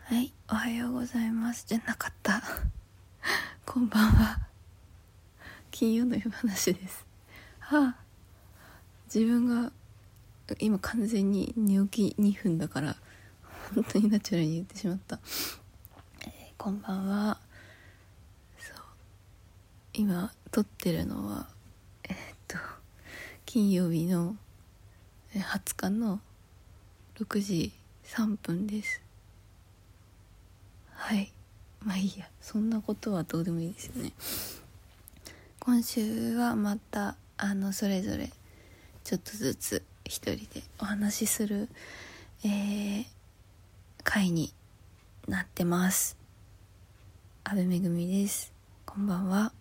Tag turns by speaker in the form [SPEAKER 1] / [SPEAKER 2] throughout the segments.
[SPEAKER 1] はい、おはようございますじゃなかったこんばんは。金曜の夜話です。自分が今完全に寝起き2分だから本当にナチュラルに言ってしまった。こんばんは。そう、今撮ってるのは金曜日の20日の6時3分です。はい、まあいいや、そんなことはどうでもいいですよね。今週はまたそれぞれちょっとずつ一人でお話しする、回になってます。阿部めぐみです。こんばんは。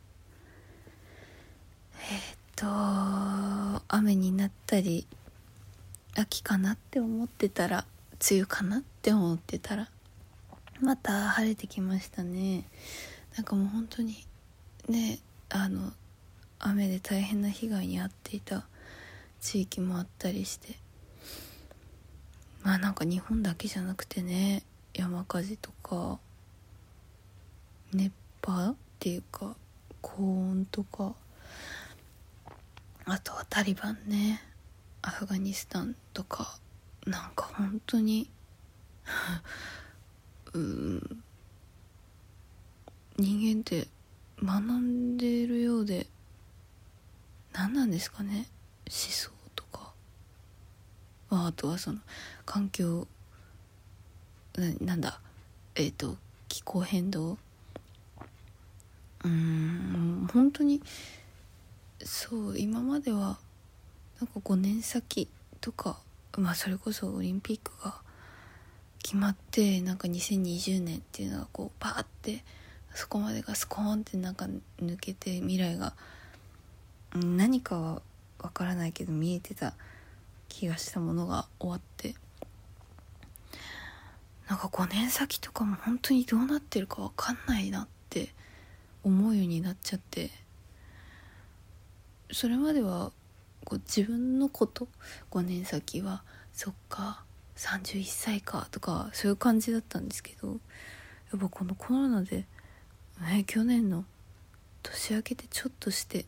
[SPEAKER 1] 雨になったり秋かなって思ってたら梅雨かなって思ってたらまた晴れてきましたね。なんかもう本当にね、雨で大変な被害に遭っていた地域もあったりして、まあなんか日本だけじゃなくてね、山火事とか熱波っていうか高温とか、あとはタリバンね、アフガニスタンとか、なんか本当に人間って学んでいるようで何なんですかね、思想とか、あとはその環境なんだ気候変動、本当にそう、今まではなんか5年先とか、まあそれこそオリンピックが決まってなんか2020年っていうのがこうパーってそこまでがスコーンってなんか抜けて未来が何かはわからないけど見えてた気がしたものが終わって、なんか5年先とかも本当にどうなってるかわかんないなって思うようになっちゃって、それまではこう自分のこと5年先はそっか31歳かとかそういう感じだったんですけど、やっぱこのコロナで、去年の年明けてちょっとして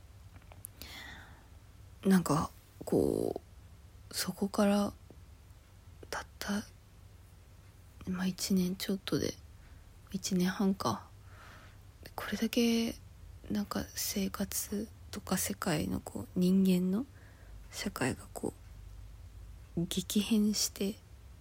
[SPEAKER 1] なんかこうそこからたった1年ちょっとで1年半か、これだけなんか生活とか世界のこう人間の社会がこう激変して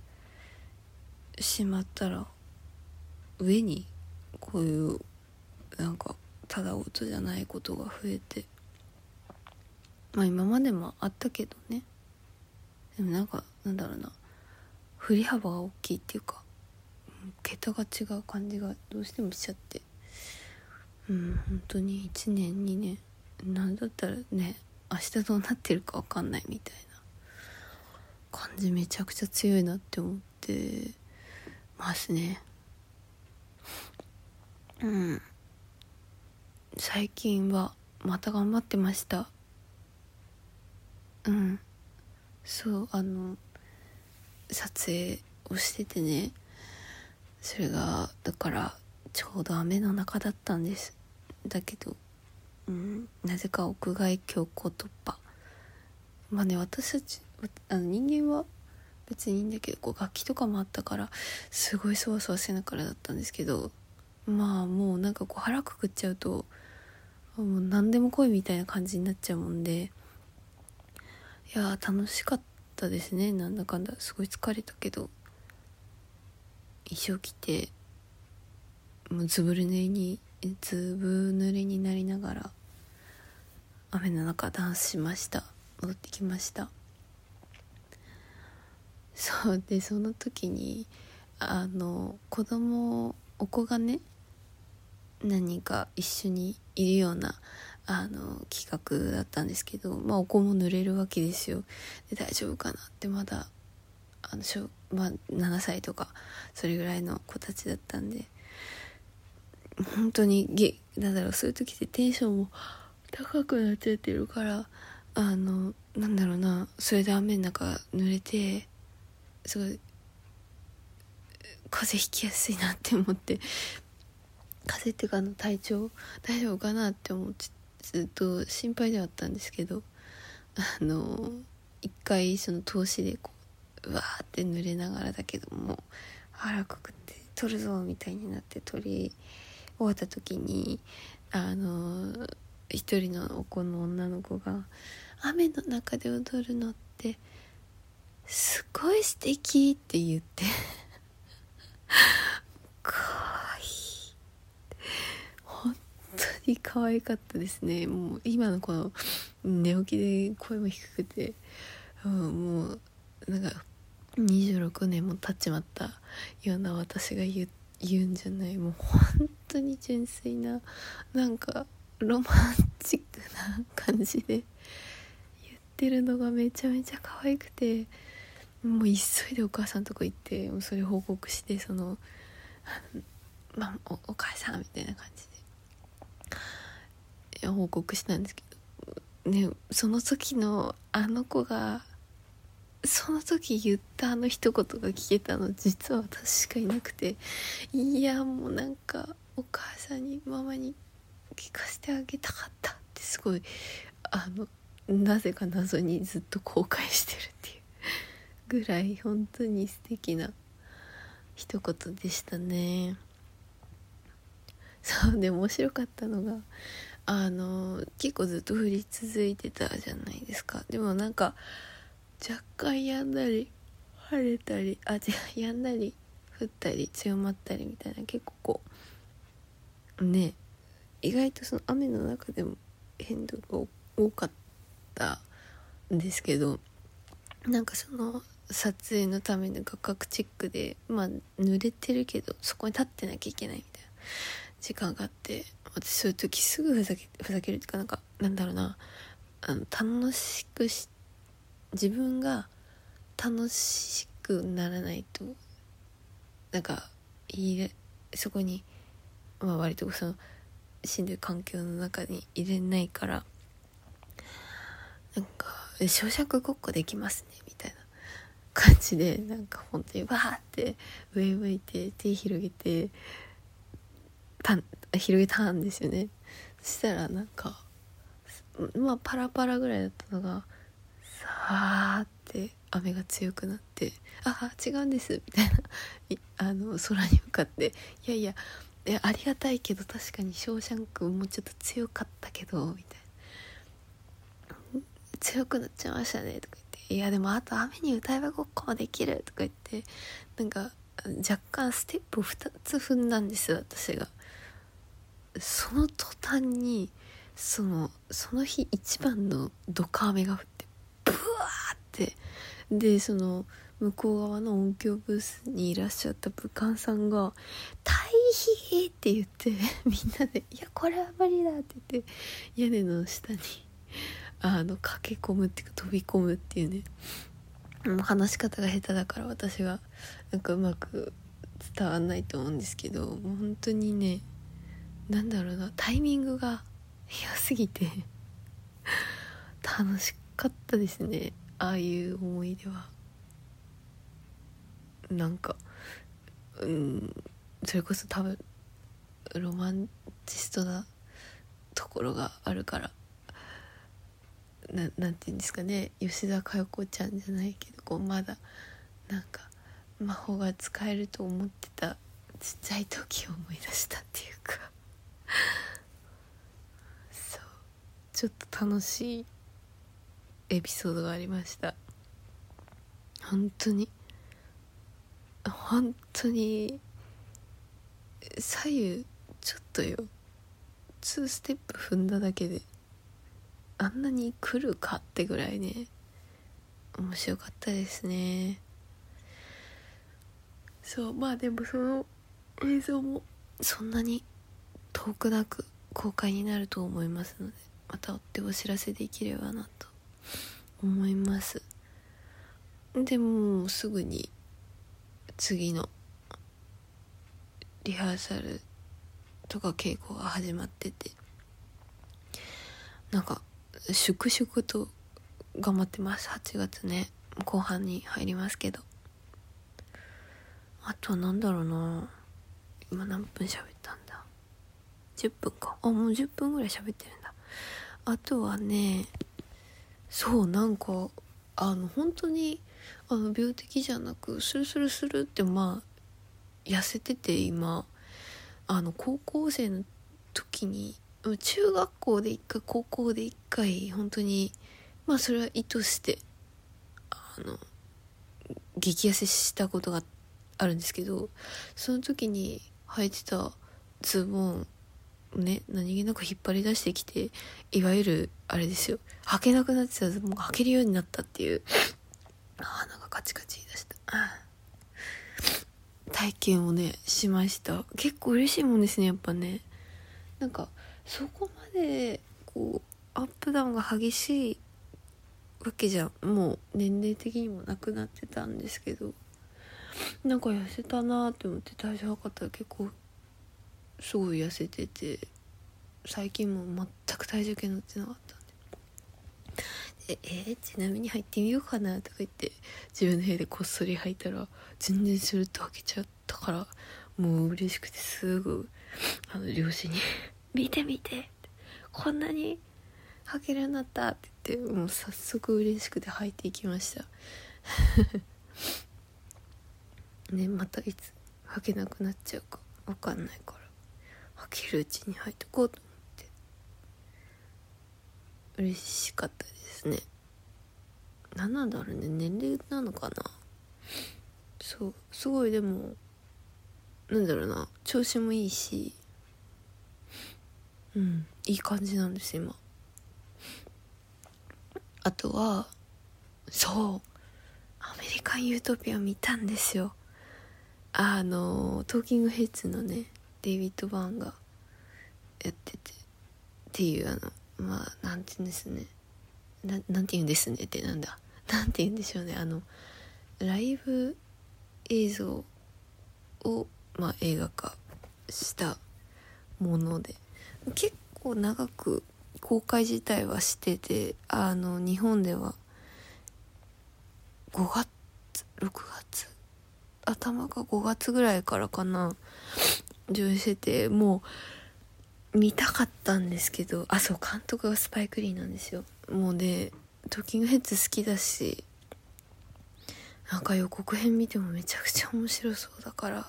[SPEAKER 1] しまったら、上にこういうなんかただ音じゃないことが増えて、まあ今までもあったけどね、でもなんかなんだろうな、振り幅が大きいっていうか桁が違う感じがどうしてもしちゃって、本当に1年2年なんだったらね、明日どうなってるか分かんないみたいな感じめちゃくちゃ強いなって思ってますね。最近はまた頑張ってました。そう撮影をしててね、それがだからちょうど雨の中だったんです。だけどなぜか屋外強行突破、まあね、私たち人間は別にいいんだけど、こう楽器とかもあったからすごいそわそわせながらだったんですけど、まあもうなんかこう腹くくっちゃうともう何でも来いみたいな感じになっちゃうもんで、いや楽しかったですね。なんだかんだすごい疲れたけど、衣装着てもうずぶ濡れになりながら雨の中ダンスしました。戻ってきました。そうで、その時にお子がね何人か一緒にいるような企画だったんですけど、お子も濡れるわけですよ。で大丈夫かなってまだ7歳とかそれぐらいの子たちだったんで、本当にそういう時ってテンションも高くなっちゃってるから、それで雨の中濡れてすごい風邪ひきやすいなって思って、風邪っていうか体調大丈夫かなって思ってずっと心配ではあったんですけど、一回その通しでこうわーって濡れながらだけども腹くくって取るぞみたいになって取り終わった時に一人の子の女の子が雨の中で踊るのってすごい素敵って言ってかわいい、本当に可愛かったですね。もう今のこの寝起きで声も低くて、もうなんか26年も経っちまったような私が言うんじゃない、もう本当に純粋ななんかロマンチックな感じで言ってるのがめちゃめちゃ可愛くて、もう急いでお母さんとこ行ってもうそれ報告して、お母さんみたいな感じで報告したんですけどね、その時の子がその時言った一言が聞けたの実は私しかいなくて、いやもうなんかお母さんにママに聞かせてあげたかったってすごいなぜか謎にずっと後悔してるっていうぐらい本当に素敵な一言でしたね。そうで面白かったのが結構ずっと降り続いてたじゃないですか。でもなんか若干やんだり晴れたりやんだり降ったり強まったりみたいな、結構こうね意外とその雨の中でも変動が多かったんですけど、なんかその撮影のための画角チェックで濡れてるけどそこに立ってなきゃいけないみたいな時間があって、私そういう時すぐふざけるっていうか、なんだろうな、楽しく自分が楽しくならないとなんかそこに割とそのしんどい環境の中に入れないから、なんか小尺ごっこできますねみたいな感じで、なんか本当にバーって上向いて手広げたんですよね。そしたらなんかパラパラぐらいだったのがさーって雨が強くなって、違うんですみたいな空に向かって、いやありがたいけど確かにショーシャンクもうちょっと強かったけどみたいな、強くなっちゃいましたねとか言って、いやでもあと雨に歌い場ごっこもできるとか言って、なんか若干ステップを2つ踏んだんです私が。その途端にその日一番のドカ雨が降ってブワーって、でその向こう側の音響ブースにいらっしゃった武漢さんが大変って言ってみんなでいやこれは無理だって言って屋根の下に駆け込むっていうか飛び込むっていうね、もう話し方が下手だから私はなんかうまく伝わんないと思うんですけど、もう本当にね、なんだろうな、タイミングが良すぎて楽しかったですね。ああいう思い出はなんかそれこそ多分ロマンチストなところがあるからなんて言うんですかね、吉田佳代子ちゃんじゃないけどこうまだなんか魔法が使えると思ってたちっちゃい時を思い出したっていうかそうちょっと楽しいエピソードがありました。本当に左右ちょっとよ2ステップ踏んだだけであんなに来るかってぐらいね面白かったですね。そうでもその映像もそんなに遠くなく公開になると思いますので、また追ってお知らせできればなと思います。でもうすぐに次のリハーサルとか稽古が始まってて、なんか粛々と頑張ってます。8月ね後半に入りますけどあとはなんだろうな、今何分喋ったんだ、10分か、もう10分ぐらい喋ってるんだ。あとはね、そうなんか本当に病的じゃなくスルスルスルって痩せてて、今高校生の時に中学校で1回高校で1回本当にそれは意図して激痩せしたことがあるんですけど、その時に履いてたズボンね、何気なく引っ張り出してきて、いわゆるあれですよ、履けなくなってたズボンが履けるようになったっていう、なんかカチカチ言い出した体験をねしました。結構嬉しいもんですね、やっぱね。なんかそこまでこうアップダウンが激しいわけじゃもう年齢的にもなくなってたんですけど、なんか痩せたなって思って体重測ったら結構すごい痩せてて、最近も全く体重計乗ってなかったんで、ちなみに入ってみようかなとか言って自分の部屋でこっそり履いたら全然スルッと履けちゃったから、もう嬉しくてすぐ両親に見て見てこんなに履けるようになったって言って、もう早速嬉しくて履いていきましたね。またいつ履けなくなっちゃうか分かんないから履けるうちに履いとこうと思って嬉しかったですね。何なんだろうね、年齢なのかな。そうすごい、でもなんだろうな、調子もいいし、いい感じなんです今。あとはそうアメリカンユートピア見たんですよ。トーキングヘッズのねデイビッド・バーンがやっててっていうなんて言うんですね、なんて言うんですねってなんて言うんでしょうね、ライブ映像を映画化したもので、結構長く公開自体はしてて、日本では6月頭か5月ぐらいからかな上映してて、もう見たかったんですけど、そう監督がスパイク・リーなんですよ。もうねトーキングヘッズ好きだし、なんか予告編見てもめちゃくちゃ面白そうだから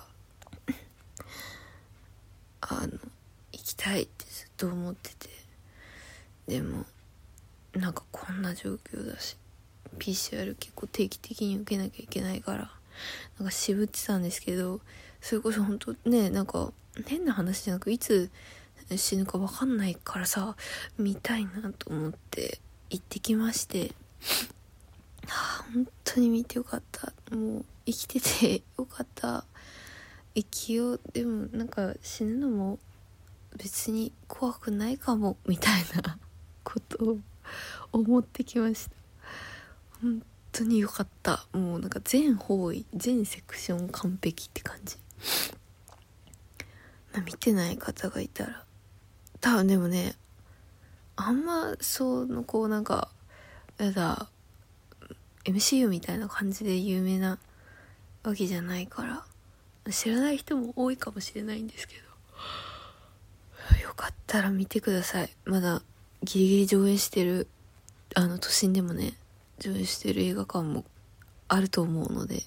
[SPEAKER 1] 行きたいってずっと思ってて、でもなんかこんな状況だし PCR 結構定期的に受けなきゃいけないからなんか渋ってたんですけど、それこそ本当ね、なんか変な話じゃなくいつ死ぬか分かんないからさ見たいなと思って行ってきまして、本当に見てよかった。もう生きててよかった。生きよう、でもなんか死ぬのも別に怖くないかもみたいなことを思ってきました。本当によかった。もうなんか全方位全セクション完璧って感じ。見てない方がいたら多分でもね、あんまなんかやだ MCU みたいな感じで有名なわけじゃないから知らない人も多いかもしれないんですけど、よかったら見てください。まだギリギリ上映してる都心でもね上映してる映画館もあると思うので、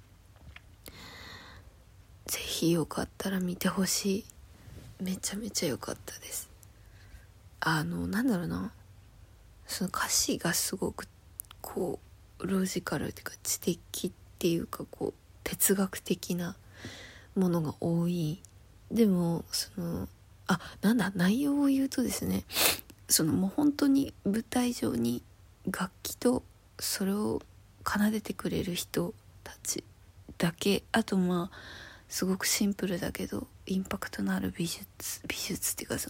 [SPEAKER 1] ぜひよかったら見てほしい。めちゃめちゃ良かったです。なんだろうな、その歌詞がすごくこうロジカルっていうか知的っていうかこう哲学的なものが多い。でも内容を言うとですね、もう本当に舞台上に楽器とそれを奏でてくれる人たちだけ、あとすごくシンプルだけどインパクトのある美術っていうか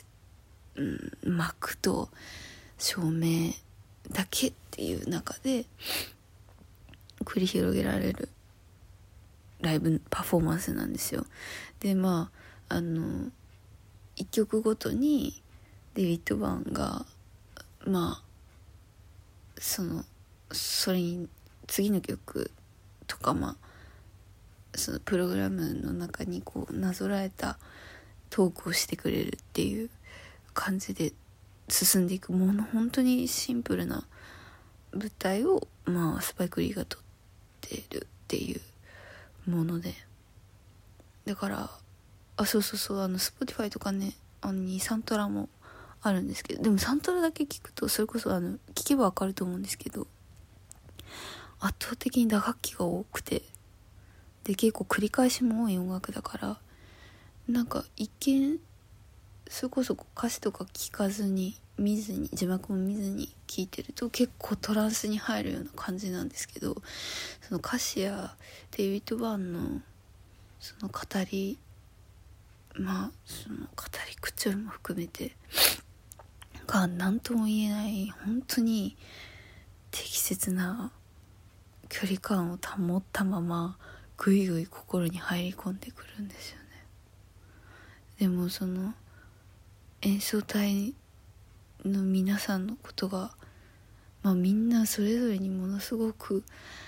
[SPEAKER 1] 幕と照明だけっていう中で繰り広げられるライブパフォーマンスなんですよ。で一曲ごとにデビッド・バーンがそれに次の曲とかそのプログラムの中にこうなぞらえたトークをしてくれるっていう感じで進んでいくもの、本当にシンプルな舞台をスパイク・リーが撮ってるっていうもので、だからそうSpotify とかねにサントラもあるんですけど、でもサントラだけ聞くとそれこそ聞けばわかると思うんですけど、圧倒的に打楽器が多くて、で結構繰り返しも多い音楽だから、なんか一見そこそこ歌詞とか聞かずに字幕も見ずに聞いてると結構トランスに入るような感じなんですけど、その歌詞やデイビッド・バーンのその語りその語り口調も含めてが何とも言えない本当に適切な距離感を保ったままぐいぐい心に入り込んでくるんですよね。でもその演奏隊の皆さんのことが、みんなそれぞれにものすごく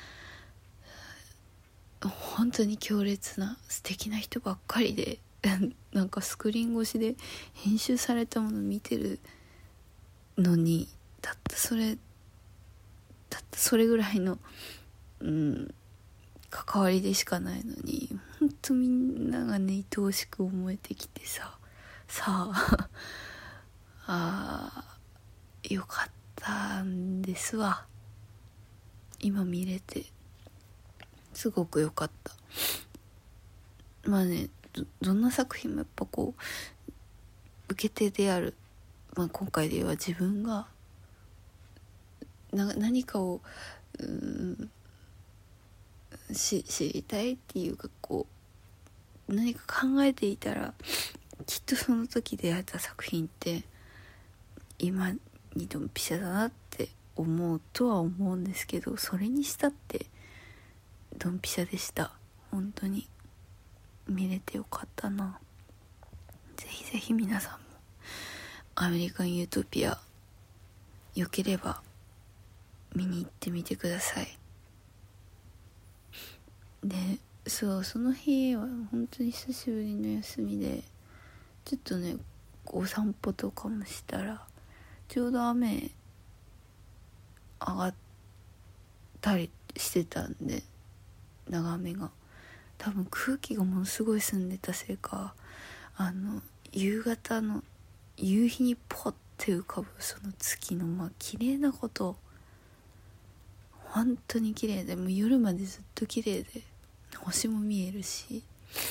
[SPEAKER 1] 本当に強烈な素敵な人ばっかりでなんかスクリーン越しで編集されたものを見てるのに、たったそれぐらいの関わりでしかないのに、本当みんながね愛おしく思えてきてさよかったんですわ。今見れてすごくよかった。どんな作品もやっぱこう受け手である、今回では自分が何かを知りたいっていうか、こう何か考えていたらきっとその時出会えた作品って今にドンピシャだなって思うとは思うんですけど、それにしたってドンピシャでした。本当に見れてよかったな。ぜひぜひ皆さんもアメリカン・ユートピアよければ見に行ってみてください。でその日は本当に久しぶりの休みで、ちょっとねお散歩とかもしたらちょうど雨上がったりしてたんで、長雨が多分空気がものすごい澄んでたせいか、夕方の夕日にポッて浮かぶその月の綺麗なこと、本当に綺麗で、もう夜までずっと綺麗で星も見えるし、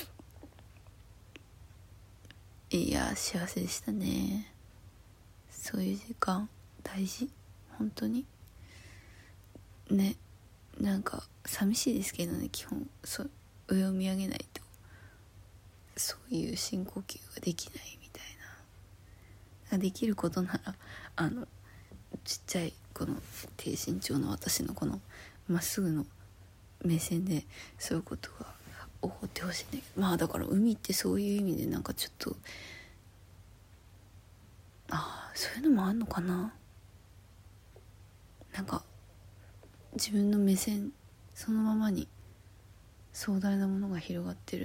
[SPEAKER 1] いや幸せでしたね。そういう時間大事、本当にね。なんか寂しいですけどね、基本上を見上げないとそういう深呼吸ができないみたいな。できることならちっちゃいこの低身長の私のこのまっすぐの目線でそういうことが起こってほしいんだけど、だから海ってそういう意味でなんかちょっとそういうのもあんのかな。なんか自分の目線そのままに壮大なものが広がってる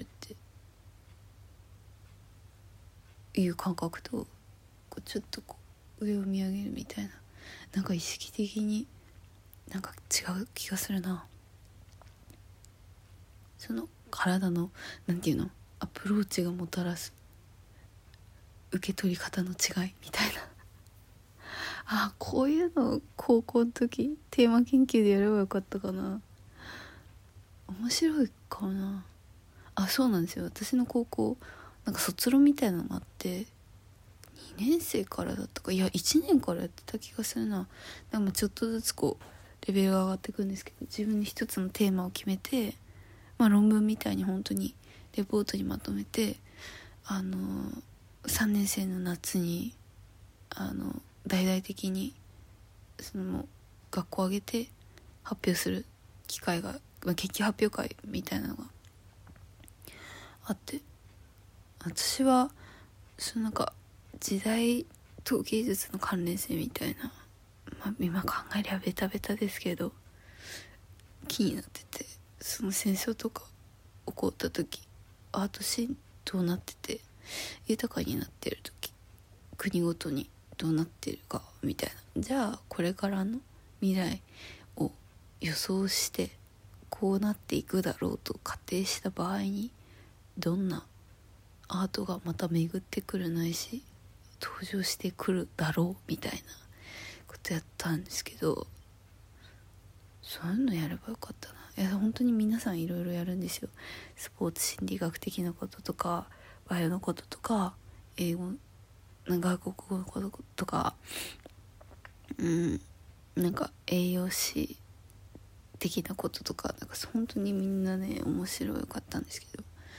[SPEAKER 1] っていう感覚と、ちょっと上を見上げるみたいな、なんか意識的になんか違う気がするな。その体のなんていうの、アプローチがもたらす受け取り方の違いみたいなこういうの高校の時テーマ研究でやればよかったかな。面白いかな。そうなんですよ、私の高校なんか卒論みたいなのがあって、2年生からだったか、いや1年からやってた気がするな。でもちょっとずつレベルが上がっていくんですけど、自分に一つのテーマを決めて、論文みたいに本当にレポートにまとめて、3年生の夏に大々的にもう学校を挙げて発表する機会が、研究発表会みたいなのがあって、私はなんか時代と芸術の関連性みたいな、今考えりゃベタベタですけど気になってて、その戦争とか起こった時、アートシーンどうなってて豊かになってる時、国ごとにどうなってるかみたいな、じゃあこれからの未来を予想してこうなっていくだろうと仮定した場合にどんなアートがまた巡ってくるないし登場してくるだろうみたいなことやったんですけど、そういうのやればよかったな。いや本当に皆さんいろいろやるんですよ。スポーツ心理学的なこととかバイオのこととか英語外国語のこととか、なんか栄養士的なこととか、なんか本当にみんなね面白かったんですけど、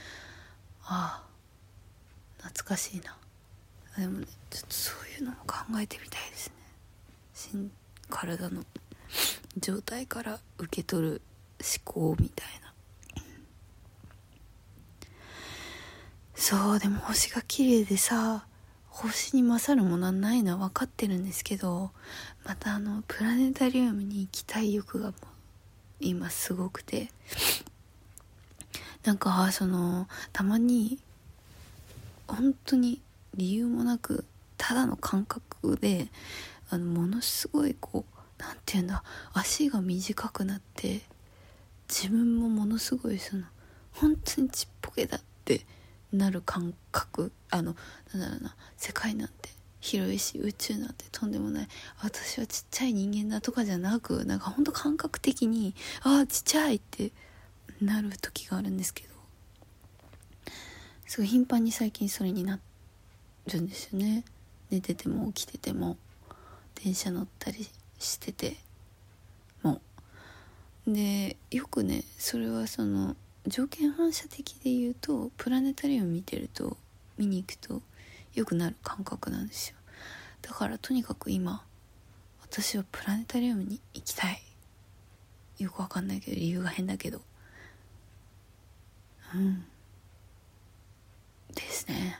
[SPEAKER 1] 懐かしいな。でもねちょっとそういうのも考えてみたいですね。体の状態から受け取る思考みたいな。そうでも星が綺麗でさ、星に勝るものはないのは分かってるんですけど、またプラネタリウムに行きたい欲がもう今すごくて、なんかたまに本当に理由もなくただの感覚でものすごいなんていうんだ、足が短くなって自分もものすごい本当にちっぽけだってなる感覚、なんだろうな、世界なんて広いし宇宙なんてとんでもない、私はちっちゃい人間だとかじゃなく、なんか本当感覚的にちっちゃいってなる時があるんですけど、すごい頻繁に最近それになるんですよね。寝てても起きてても電車乗ったりしてても。でよくね、それは条件反射的で言うとプラネタリウム見に行くとよくなる感覚なんですよ。だからとにかく今私はプラネタリウムに行きたい。よくわかんないけど理由が変だけどですね。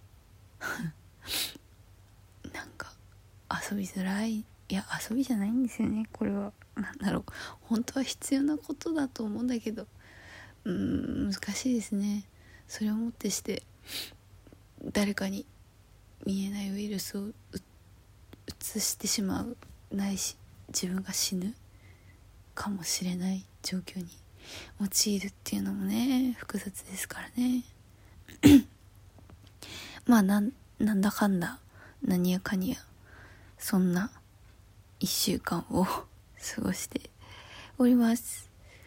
[SPEAKER 1] なんか遊びづらい、いや遊びじゃないんですよね、これは。なんだろう、本当は必要なことだと思うんだけど難しいですね。それをもってして誰かに見えないウイルスを移してしまう、ないし自分が死ぬかもしれない状況に陥るっていうのもね複雑ですからね。まあなんだかんだ何やかにやそんな1週間を過ごしております。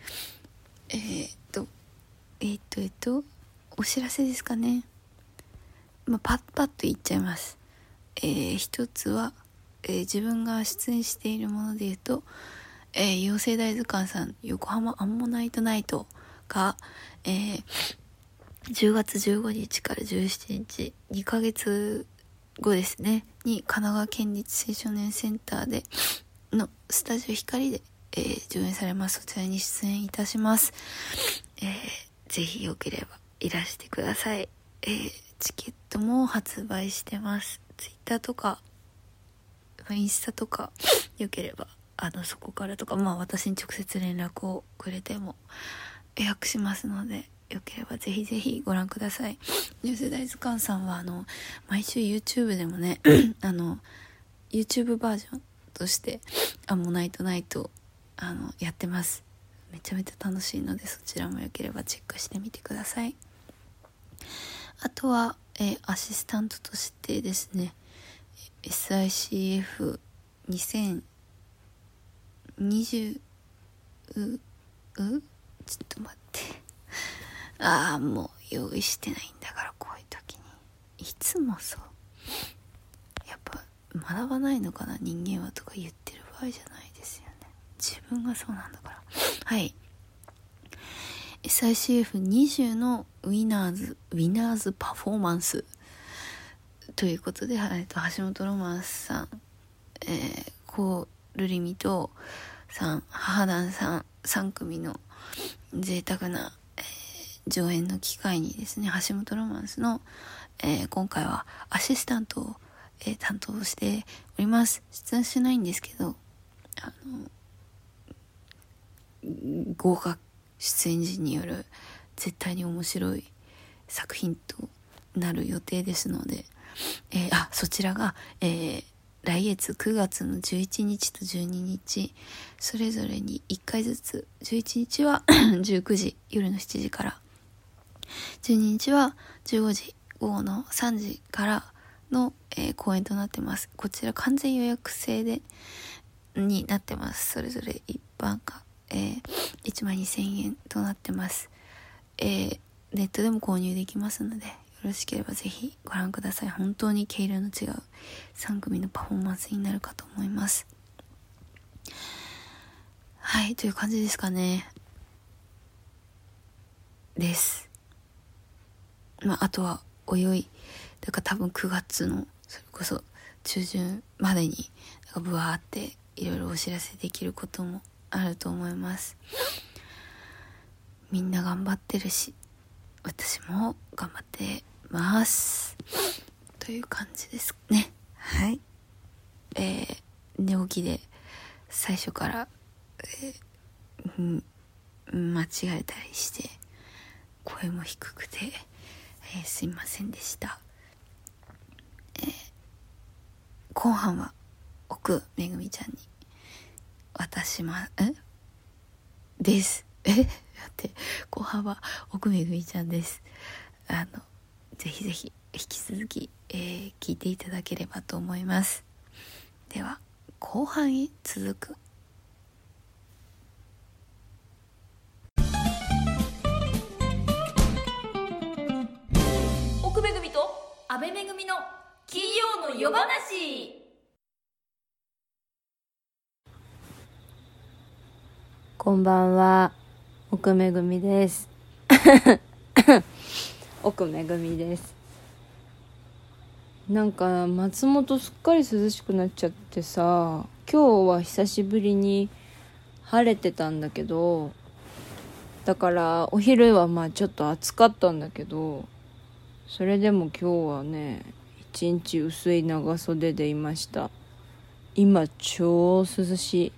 [SPEAKER 1] お知らせですかね。パッと言っちゃいます。一つは、自分が出演しているもので言うと、妖精大図鑑さん横浜アンモナイトナイトが、10月15日から17日2ヶ月後ですねに神奈川県立青少年センターでのスタジオ光で、上演されます。そちらに出演いたします。ぜひよければいらしてください。チケットも発売してます。ツイッターとかインスタとかよければそこからとか私に直接連絡をくれても予約しますので、よければぜひぜひご覧ください。妖精大図鑑さんは毎週 YouTube でもねYouTube バージョンとしてアンモナイトナイトやってます。めちゃめちゃ楽しいのでそちらもよければチェックしてみてください。あとは、アシスタントとしてですね SICF2020 ちょっと待ってもう用意してないんだから、こういう時にいつもそうやっぱ学ばないのかな人間はとか言ってる場合じゃないですよね。自分がそうなんだから。はい、SICF20 のウィナーズパフォーマンスということで、橋本ロマンスさん、コールリミとさん、母団さん3組の贅沢な、上演の機会にですね、橋本ロマンスの、今回はアシスタントを、担当しております。出演しないんですけど豪華出演陣による絶対に面白い作品となる予定ですので、そちらが、来月9月の11日と12日それぞれに1回ずつ、11日は19時夜の7時から、12日は15時午後の3時からの、公演となってます。こちら完全予約制になってます。それぞれ一般が、1万2000円となってます。ネットでも購入できますので、よろしければぜひご覧ください。本当に毛色の違う3組のパフォーマンスになるかと思います。はい、という感じですかね。です。あとはおいおい、だから多分9月のそれこそ中旬までにブワーっていろいろお知らせできることもあると思います。みんな頑張ってるし、私も頑張ってますという感じですね。はい。寝起きで最初から、間違えたりして声も低くて、すいませんでした。後半は奥めぐみちゃんに渡しです。待って、後半は奥めぐみちゃんです。ぜひぜひ引き続き、聞いていただければと思います。では後半へ続く。
[SPEAKER 2] 奥めぐみと安倍めぐみの金曜の夜話。
[SPEAKER 3] こんばんは、奥めぐみです奥めぐみです。なんか松本すっかり涼しくなっちゃってさ、今日は久しぶりに晴れてたんだけど、だからお昼はちょっと暑かったんだけど、それでも今日はね、一日薄い長袖でいました。今超涼しい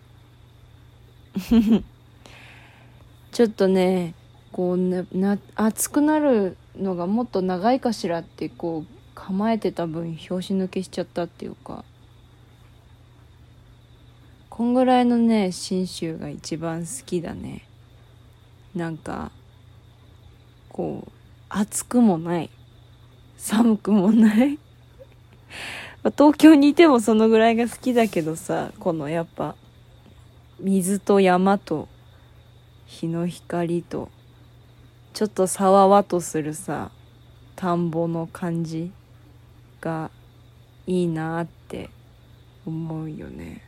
[SPEAKER 3] ちょっとね、こう暑くなるのがもっと長いかしらってこう構えてた分拍子抜けしちゃったっていうか、こんぐらいのね信州が一番好きだね。なんかこう暑くもない寒くもない東京にいてもそのぐらいが好きだけどさ、このやっぱ水と山と日の光とちょっとさわわとするさ田んぼの感じがいいなって思うよね。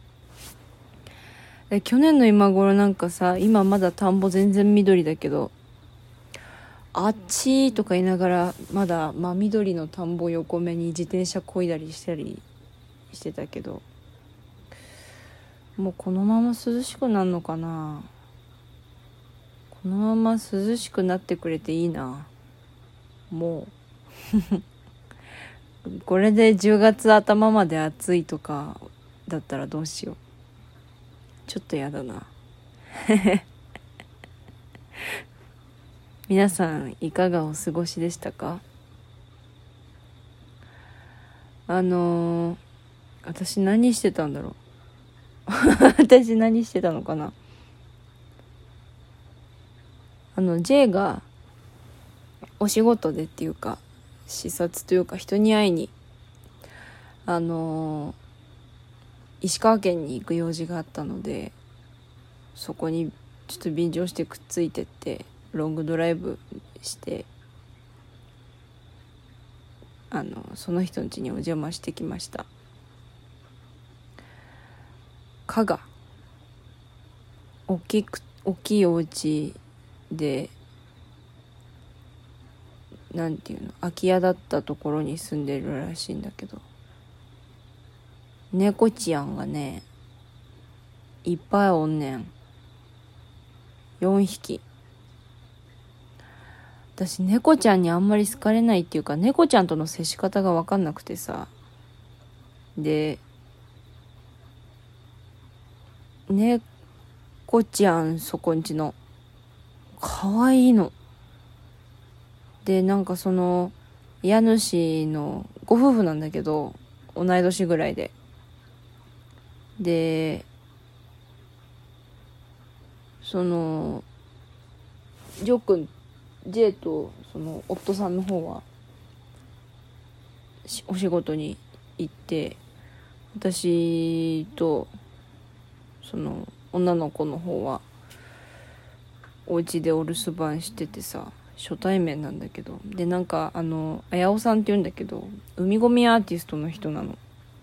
[SPEAKER 3] 去年の今頃なんかさ、今まだ田んぼ全然緑だけど、あっちーとか言いながらまだ真緑の田んぼ横目に自転車こいだりしたりしてたけど、もうこのまま涼しくなるのかな。このまま涼しくなってくれていいな。もうこれで10月頭まで暑いとかだったらどうしよう。ちょっとやだな皆さんいかがお過ごしでしたか？私何してたんだろう私何してたのかな。J がお仕事でっていうか視察というか人に会いに石川県に行く用事があったので、そこにちょっと便乗してくっついてってロングドライブしてその人の家にお邪魔してきました。加賀大きいお家で、なんていうの、空き家だったところに住んでるらしいんだけど、猫ちゃんがねいっぱいおんねん。4匹。私猫ちゃんにあんまり好かれないっていうか、猫ちゃんとの接し方が分かんなくてさ、で猫ちゃんそこんちの可愛いのでなんかその家主のご夫婦なんだけど、同い年ぐらいでそのジョー君 J とその夫さんの方はお仕事に行って、私とその女の子の方はお家でお留守番しててさ、初対面なんだけど、でなんかあやおさんって言うんだけど、海ゴミアーティストの人なの。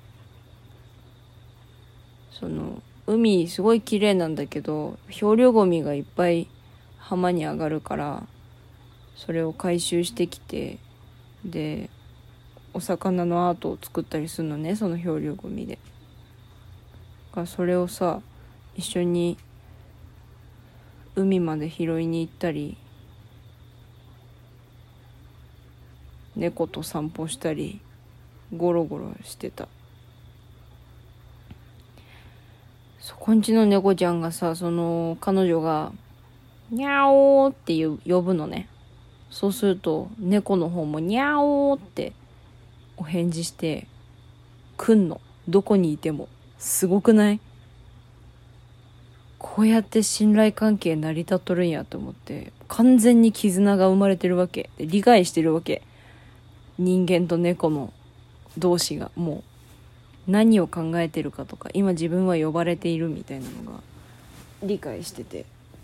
[SPEAKER 3] その海すごい綺麗なんだけど、漂流ゴミがいっぱい浜に上がるから、それを回収してきて、でお魚のアートを作ったりするのね、その漂流ゴミで。それをさ、一緒に海まで拾いに行ったり、猫と散歩したりゴロゴロしてた。そこんちの猫ちゃんがさ、その彼女がニャオーって呼ぶのね。そうすると猫の方もニャオーってお返事して来んの。どこにいても。すごくない？こうやって信頼関係成り立っとるんやと思って、完全に絆が生まれてるわけで、理解してるわけ。人間と猫の同士がもう何を考えてるかとか、今自分は呼ばれているみたいなのが理解してて、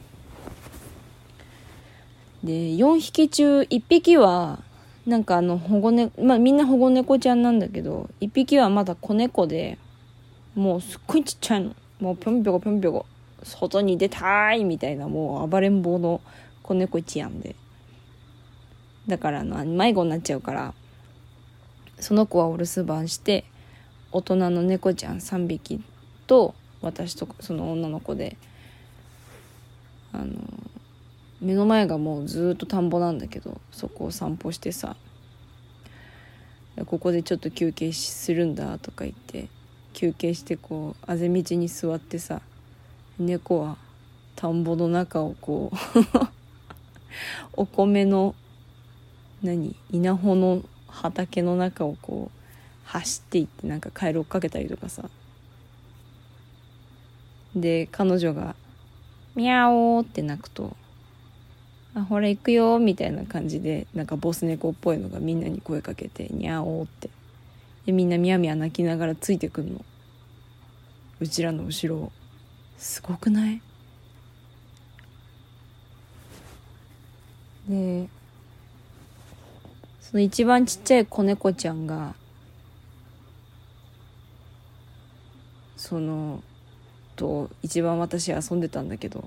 [SPEAKER 3] で4匹中1匹はなんか保護猫、みんな保護猫ちゃんなんだけど、1匹はまだ子猫で、もうすっごいちっちゃいの。もうぴょんぴょこぴょんぴょこ外に出たいみたいな、もう暴れん坊の子猫一やんで、だから迷子になっちゃうから、その子はお留守番して、大人の猫ちゃん3匹と私とその女の子で、目の前がもうずっと田んぼなんだけど、そこを散歩してさ、ここでちょっと休憩するんだとか言って休憩して、こうあぜ道に座ってさ、猫は田んぼの中をこうお米の稲穂の畑の中をこう走っていって、なんかカエル追っかけたりとかさ、で彼女がミャオーって鳴くと、ほら行くよみたいな感じで、なんかボス猫っぽいのがみんなに声かけてニャオーって、でみんなミヤミヤ鳴きながらついてくんの、うちらの後ろを。すごくない？でその一番ちっちゃい子猫ちゃんが一番私遊んでたんだけど、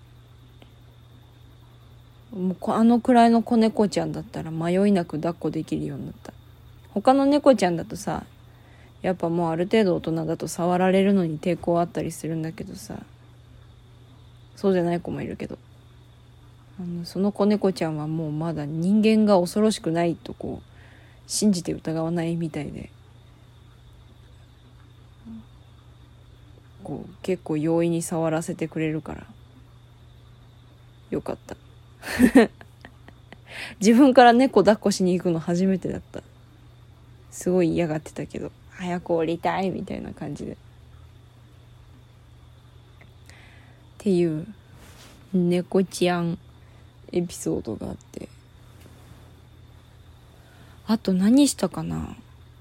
[SPEAKER 3] もうあのくらいの子猫ちゃんだったら迷いなく抱っこできるようになった。他の猫ちゃんだとさ、やっぱもうある程度大人だと触られるのに抵抗あったりするんだけどさ、そうじゃない子もいるけど、その子猫ちゃんはもうまだ人間が恐ろしくないとこう信じて疑わないみたいで、こう結構容易に触らせてくれるからよかった自分から猫抱っこしに行くの初めてだった。すごい嫌がってたけど、早く降りたいみたいな感じでっていう猫ちゃんエピソードがあって、あと何したかな。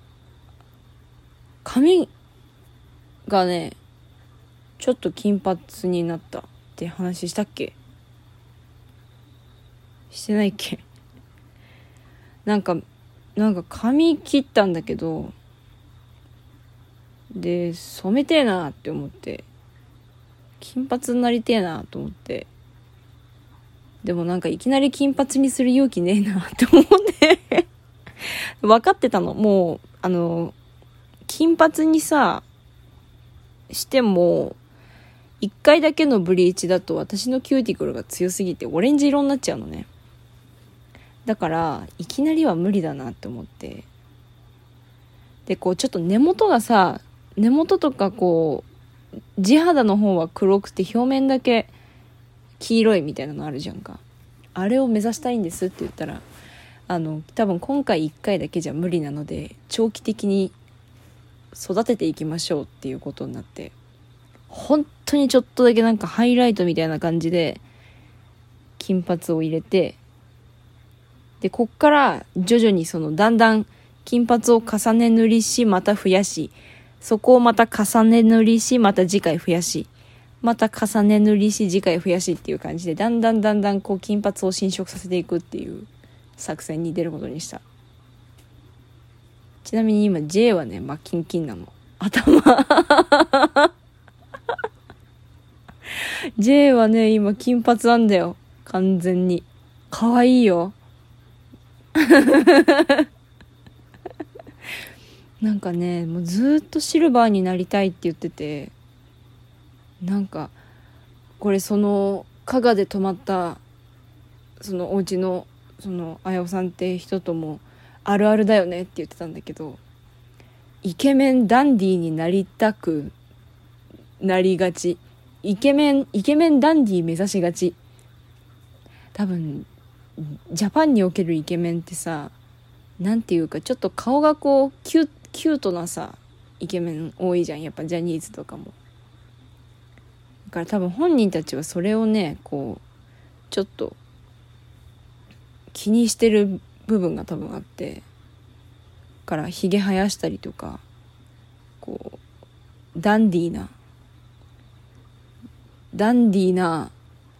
[SPEAKER 3] 髪がねちょっと金髪になったって話したっけ？してないっけ？なんか髪切ったんだけど、で染めてえなって思って、金髪になりてえなと思って、でもなんかいきなり金髪にする勇気ねえなって思って分かってたの。もう金髪にさしても一回だけのブリーチだと私のキューティクルが強すぎてオレンジ色になっちゃうのね。だからいきなりは無理だなって思って、でこうちょっと根元とかこう地肌の方は黒くて表面だけ黄色いみたいなのあるじゃんか。あれを目指したいんですって言ったら、 多分今回1回だけじゃ無理なので、長期的に育てていきましょうっていうことになって、本当にちょっとだけなんかハイライトみたいな感じで金髪を入れて、でこっから徐々にだんだん金髪を重ね塗りし、また増やし、そこをまた重ね塗りし、また次回増やし、また重ね塗りし、次回増やしっていう感じで、だんだんこう金髪を侵食させていくっていう作戦に出ることにした。ちなみに今 J はね、キンキンなの、頭J はね今金髪なんだよ、完全に。可愛いよなんかね、もうずっとシルバーになりたいって言ってて、なんかこれ加賀で泊まったお家のあやおさんって人ともあるあるだよねって言ってたんだけど、イケメンダンディーになりたくなりがち、イケメンダンディー目指しがち。多分ジャパンにおけるイケメンってさ、なんていうかちょっと顔がこうキュートなさイケメン多いじゃん、やっぱジャニーズとかも。だから多分本人たちはそれをね、こうちょっと気にしてる部分が多分あって、からひげ生やしたりとか、こうダンディーな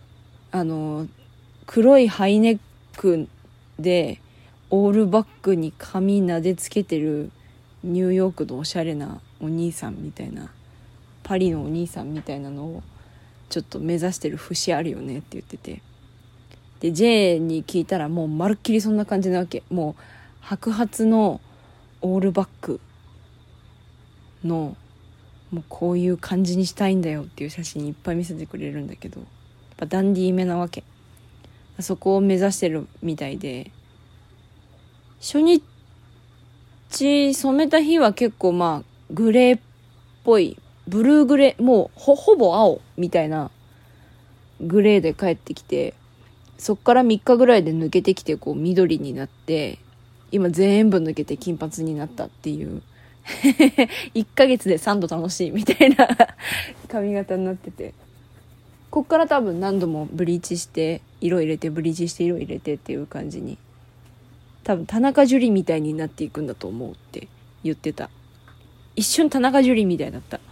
[SPEAKER 3] 黒いハイネックでオールバックに髪なでつけてるニューヨークのおしゃれなお兄さんみたいな、パリのお兄さんみたいなのをちょっと目指してる節あるよねって言ってて、で J に聞いたらもうまるっきりそんな感じなわけ。もう白髪のオールバックのもうこういう感じにしたいんだよっていう写真いっぱい見せてくれるんだけど、やっぱダンディーめなわけ。そこを目指してるみたいで、初日染めた日は結構グレーっぽい、ブルーグレー、もうほぼ青みたいなグレーで帰ってきて、そっから3日ぐらいで抜けてきてこう緑になって、今全部抜けて金髪になったっていう1ヶ月で3度楽しいみたいな髪型になってて、こっから多分何度もブリーチして色入れて、ブリーチして色入れてっていう感じに、多分田中樹みたいになっていくんだと思うって言ってた。一瞬田中樹みたいだった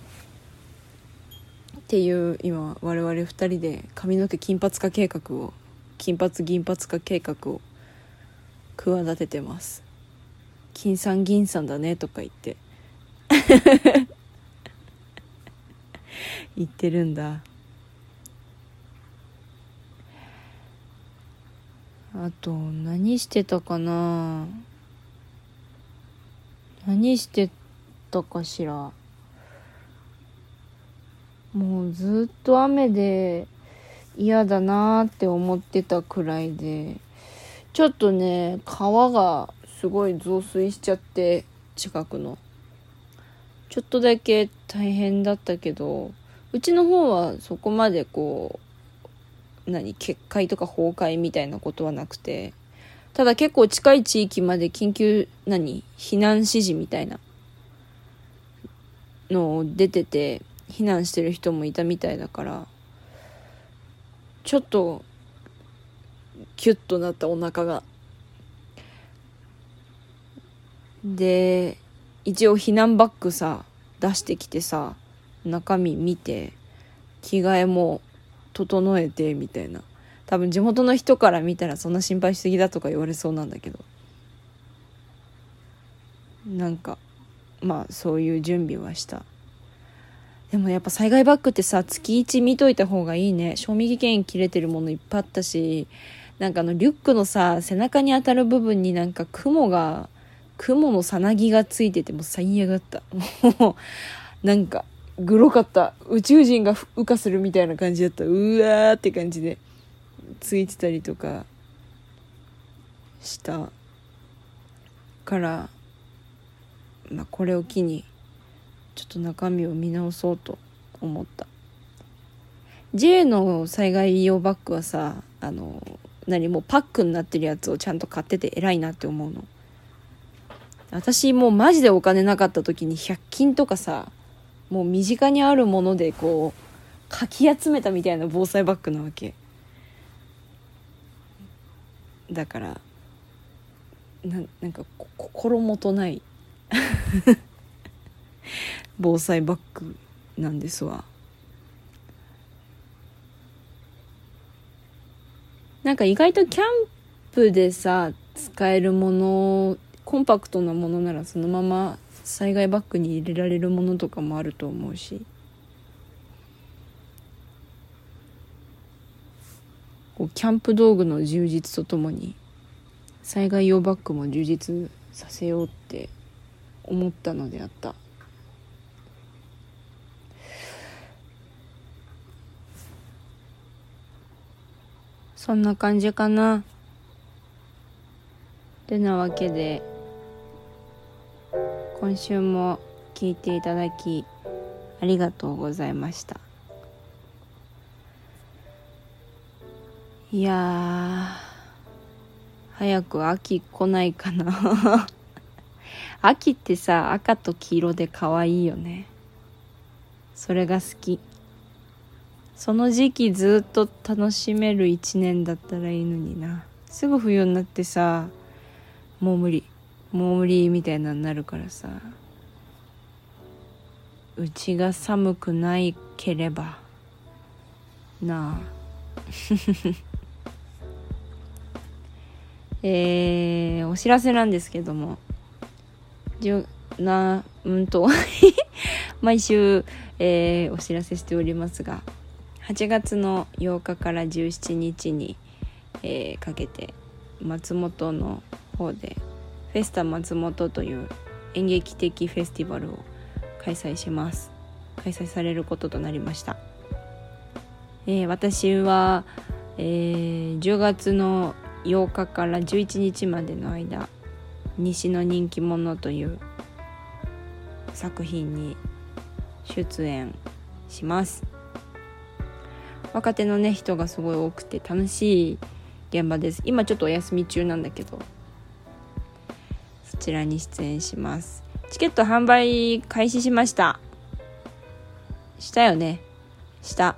[SPEAKER 3] っていう。今我々2人で髪の毛金髪化計画を、金髪銀髪化計画を企ててます。金さん銀さんだねとか言って言ってるんだ。あと何してたかな、何してたかしら。もうずっと雨で嫌だなって思ってたくらいで、ちょっとね川がすごい増水しちゃって、近くのちょっとだけ大変だったけど、うちの方はそこまでこう決壊とか崩壊みたいなことはなくて、ただ結構近い地域まで緊急避難指示みたいなのを出てて、避難してる人もいたみたいだから、ちょっとキュッとなったお腹が。で一応避難バッグさ出してきてさ、中身見て着替えも整えてみたいな。多分地元の人から見たらそんな心配しすぎだとか言われそうなんだけど、なんかそういう準備はした。でもやっぱ災害バッグってさ、月1見といた方がいいね。賞味期限切れてるものいっぱいあったし、リュックのさ背中に当たる部分に雲のさなぎがついてて、もう最悪だった。もうグロかった。宇宙人が羽化するみたいな感じだった。うわーって感じでついてたりとかしたから、これを機にちょっと中身を見直そうと思った。 J の災害用バッグはさ、 もうパックになってるやつをちゃんと買ってて偉いなって思うの。私もうマジでお金なかった時に100均とかさ、もう身近にあるものでこうかき集めたみたいな防災バッグなわけだから、なんか心もとない防災バッグなんですわ。なんか意外とキャンプでさ使えるもの、コンパクトなものならそのまま災害バッグに入れられるものとかもあると思うし、こうキャンプ道具の充実とともに災害用バッグも充実させようって思ったのであった。そんな感じかな。てなわけで今週も聞いていただきありがとうございました。いやー、早く秋来ないかな秋ってさ、赤と黄色で可愛いよね。それが好き。その時期ずっと楽しめる一年だったらいいのにな。すぐ冬になってさ、もう無理みたいなになるからさ、うちが寒くないければなあお知らせなんですけども、毎週、お知らせしておりますが、8月の8日から17日に、かけて松本の方でフェスタ松本という演劇的フェスティバルを開催されることとなりました。私は、10月の8日から11日までの間、西の人気者という作品に出演します。若手のね人がすごい多くて楽しい現場です。今ちょっとお休み中なんだけど、そちらに出演します。チケット販売開始しました。したよね。した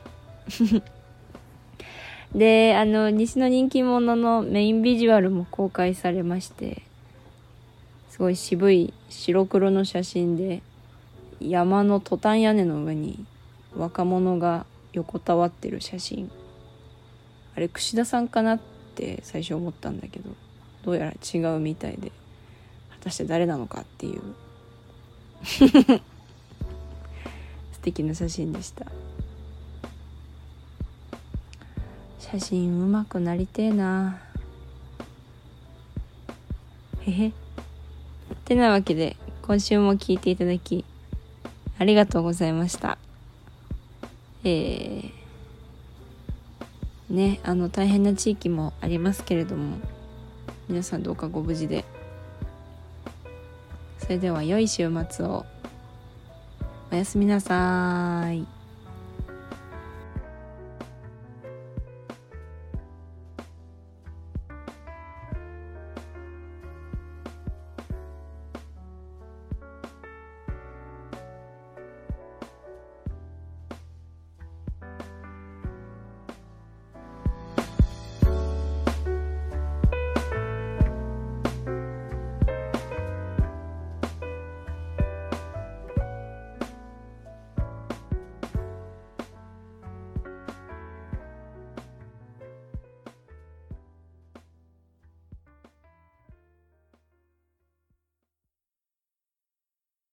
[SPEAKER 3] で、西の人気者のメインビジュアルも公開されまして、すごい渋い白黒の写真で山のトタン屋根の上に若者が横たわってる写真、あれ櫛田さんかなって最初思ったんだけど、どうやら違うみたいで、果たして誰なのかっていう素敵な写真でした。写真上手くなりてえな。へへ。てなわけで今週も聞いていただきありがとうございました。大変な地域もありますけれども、皆さんどうかご無事で。それでは良い週末を。おやすみなさい。